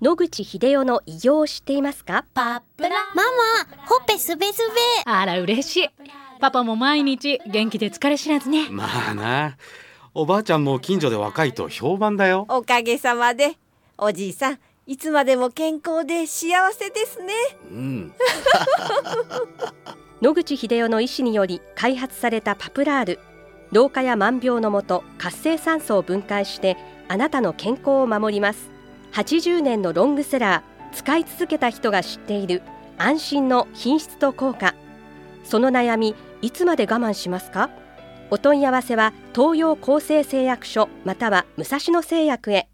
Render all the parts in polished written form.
野口英世の偉業を知っていますか？ パップラママ、ほっぺすべすべ。 あら嬉しい。パパも毎日元気で疲れ知らずね。 まあな、おばあちゃんも近所で若いと評判だよ。 おかげさまで。おじいさん、いつまでも健康で幸せですね。 野口英世の医師により開発されたパプラール。老化や万病のもと活性酸素を分解してあなたの健康を守ります。80年のロングセラー、使い続けた人が知っている安心の品質と効果。その悩み、いつまで我慢しますか？お問い合わせは東洋厚生製薬所または武蔵野製薬へ。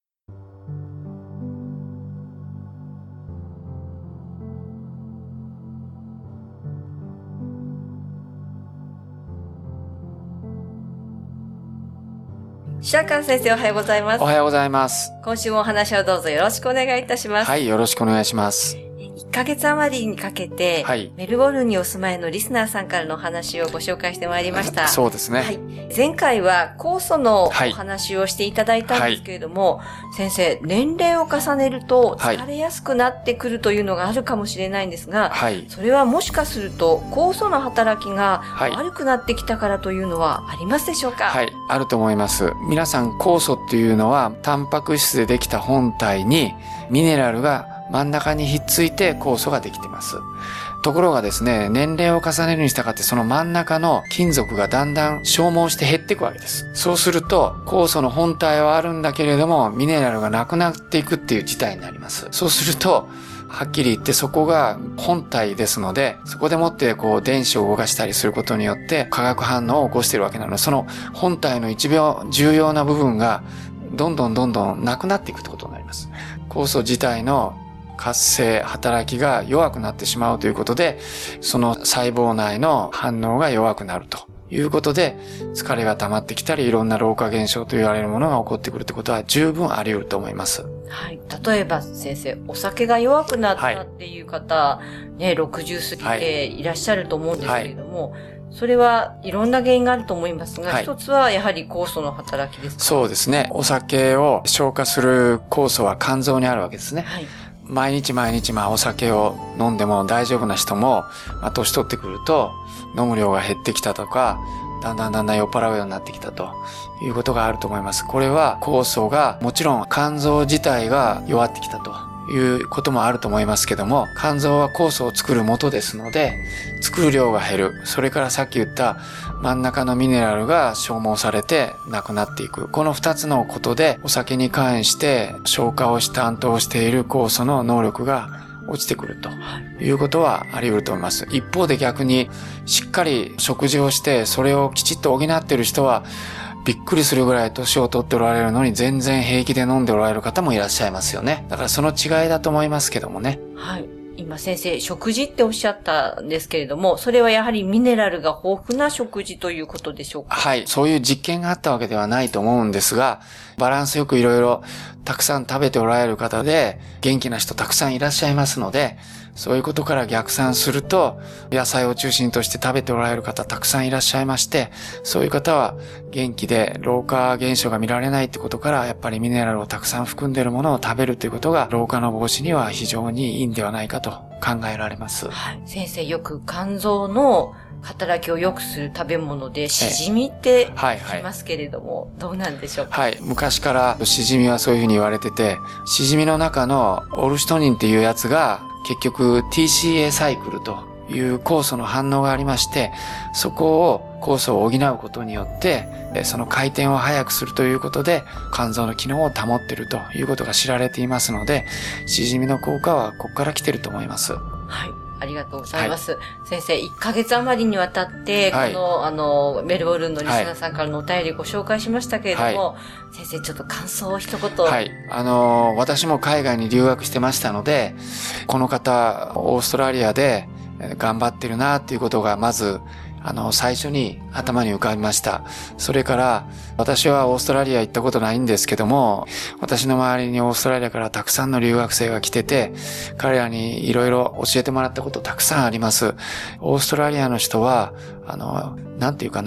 白川先生、おはようございます。 おはようございます。 今週もお話をどうぞよろしくお願いいたします。 はい、よろしくお願いします。 1ヶ月余りにかけて、 はい、 メルボルンにお住まいのリスナーさんからのお話をご紹介してまいりました。 そうですね。 はい、前回は酵素のお話をしていただいたんですけれども、先生、年齢を重ねると疲れやすくなってくるというのがあるかもしれないんですが、それはもしかすると酵素の働きが悪くなってきたからというのはありますでしょうか？ はい、あると思います。皆さん、酵素っていうのはタンパク質でできた本体にミネラルが真ん中にひっついて酵素ができています。ところがですね、年齢を重ねるに従ってその真ん中の金属がだんだん消耗して減っていくわけです。そうすると酵素の本体はあるんだけれどもミネラルがなくなっていくっていう事態になります。そうするとはっきり言ってそこが本体ですので、そこでもって電子を動かしたりすることによって化学反応を起こしているわけなので、その本体の一番重要な部分がどんどんなくなっていくってことになります。酵素自体の活性、働きが弱くなってしまうということで、その細胞内の反応が弱くなるということで、疲れが溜まってきたり、いろんな老化現象と言われるものが起こってくるってことは十分あり得ると思います。 はい。例えば先生、お酒が弱くなったっていう方、ね、60過ぎていらっしゃると思うんですけれども、それはいろんな原因があると思いますが、一つはやはり酵素の働きですか？ そうですね。お酒を消化する酵素は肝臓にあるわけですね。はい。毎日お酒を飲んでも大丈夫な人も、年取ってくると飲む量が減ってきたとか、だんだん酔っ払うようになってきたということがあると思います。これは酵素が、もちろん肝臓自体が弱ってきたということもあると思いますけども、肝臓は酵素を作る元ですので、作る量が減る。それからさっき言った真ん中のミネラルが消耗されてなくなっていく。この二つのことでお酒に関して消化を担当している酵素の能力が落ちてくるということはあり得ると思います。一方で逆にしっかり食事をしてそれをきちっと補っている人はびっくりするぐらい年を取っておられるのに全然平気で飲んでおられる方もいらっしゃいますよね。だからその違いだと思いますけどもね。 はい。今先生、食事っておっしゃったんですけれども、それはやはりミネラルが豊富な食事ということでしょうか？ はい。そういう実験があったわけではないと思うんですが、バランスよくいろいろたくさん食べておられる方で、元気な人たくさんいらっしゃいますので、そういうことから逆算すると、野菜を中心として食べておられる方たくさんいらっしゃいまして、そういう方は元気で老化現象が見られないってことから、やっぱりミネラルをたくさん含んでいるものを食べるということが、老化の防止には非常にいいんではないかと考えられます。 はい。先生、よく肝臓の働きを良くする食べ物でシジミって聞きますけれども、どうなんでしょうか？ はい。昔からシジミはそういうふうに言われてて、シジミの中のオルシトニンっていうやつが結局 TCA サイクルという酵素の反応がありまして、そこを酵素を補うことによって、その回転を早くするということで肝臓の機能を保っているということが知られていますので、シジミの効果はここから来ていると思います。 はい。ありがとうございます。はい、先生、1ヶ月余りにわたって、この、メルボルンのリスナーさんからのお便りご紹介しましたけれども、先生、ちょっと感想を一言。 はい。私も海外に留学してましたので、この方、オーストラリアで頑張ってるなっていうことが、まず、最初に頭に浮かびました。それから、私はオーストラリア行ったことないんですけども、私の周りにオーストラリアからたくさんの留学生が来てて、彼らにいろいろ教えてもらったことたくさんあります。オーストラリアの人は、なんていうかな、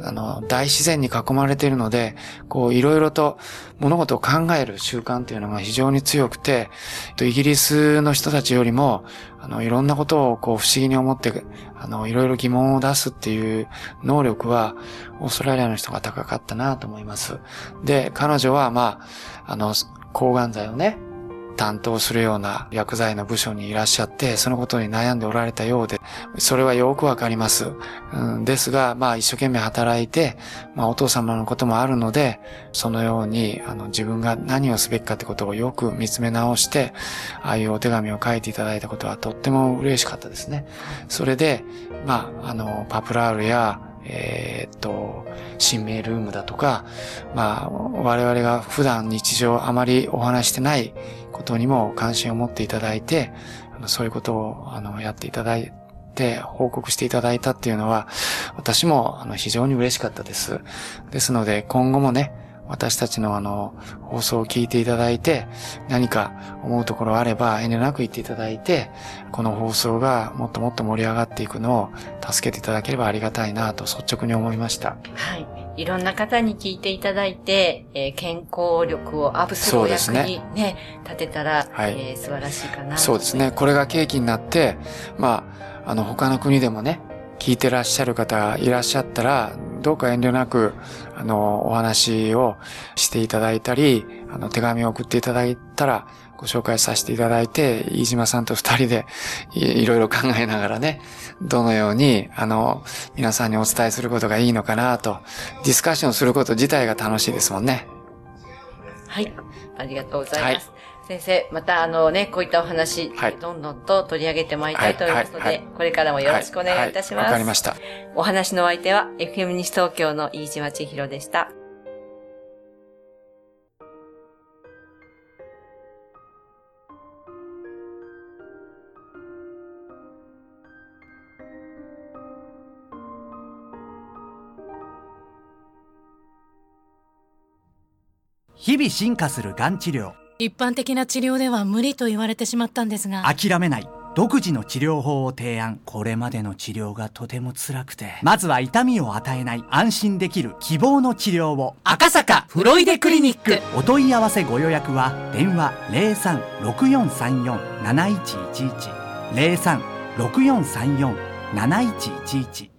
大自然に囲まれているので、いろいろと物事を考える習慣というのが非常に強くて、イギリスの人たちよりも、いろんなことを不思議に思って、いろいろ疑問を出すっていう能力は、オーストラリアの人が高かったなと思います。で、彼女は、抗がん剤をね、担当するような薬剤の部署にいらっしゃって、そのことに悩んでおられたようで、それはよくわかります。ですが、一生懸命働いて、お父様のこともあるので、そのように、自分が何をすべきかってことをよく見つめ直して、ああいうお手紙を書いていただいたことはとっても嬉しかったですね。それで、パプラールや、新名ルームだとか、我々が普段日常あまりお話してないことにも関心を持っていただいて、そういうことをやっていただいて報告していただいたっていうのは、私も非常に嬉しかったです。ですので今後もね、私たちの放送を聞いていただいて、何か思うところあれば遠慮なく言っていただいて、この放送がもっともっと盛り上がっていくのを助けていただければありがたいなと率直に思いました。 はい。いろんな方に聞いていただいて、健康力をアップするお役にね、立てたら、素晴らしいかな。 そうですね。これが契機になって、他の国でもね、聞いてらっしゃる方いらっしゃったら、どうか遠慮なく、お話をしていただいたり、手紙を送っていただいたら、ご紹介させていただいて、飯島さんと二人でいろいろ考えながらね、どのように、皆さんにお伝えすることがいいのかなと、ディスカッションすること自体が楽しいですもんね。 はい。ありがとうございます。はい、先生、またこういったお話、どんどんと取り上げてまいりたいと思いますので、これからもよろしくお願いいたします。 わかりました。 お話のお相手は、FM 西東京の飯島千尋でした。 日々進化するがん治療。 一般的な治療では無理と言われてしまったんですが、 諦めない。独自の治療法を提案。これまでの治療がとても辛くて、まずは痛みを与えない、安心できる希望の治療を。 赤坂フロイデクリニック。 お問い合わせご予約は電話 03-6434-7111 03-6434-7111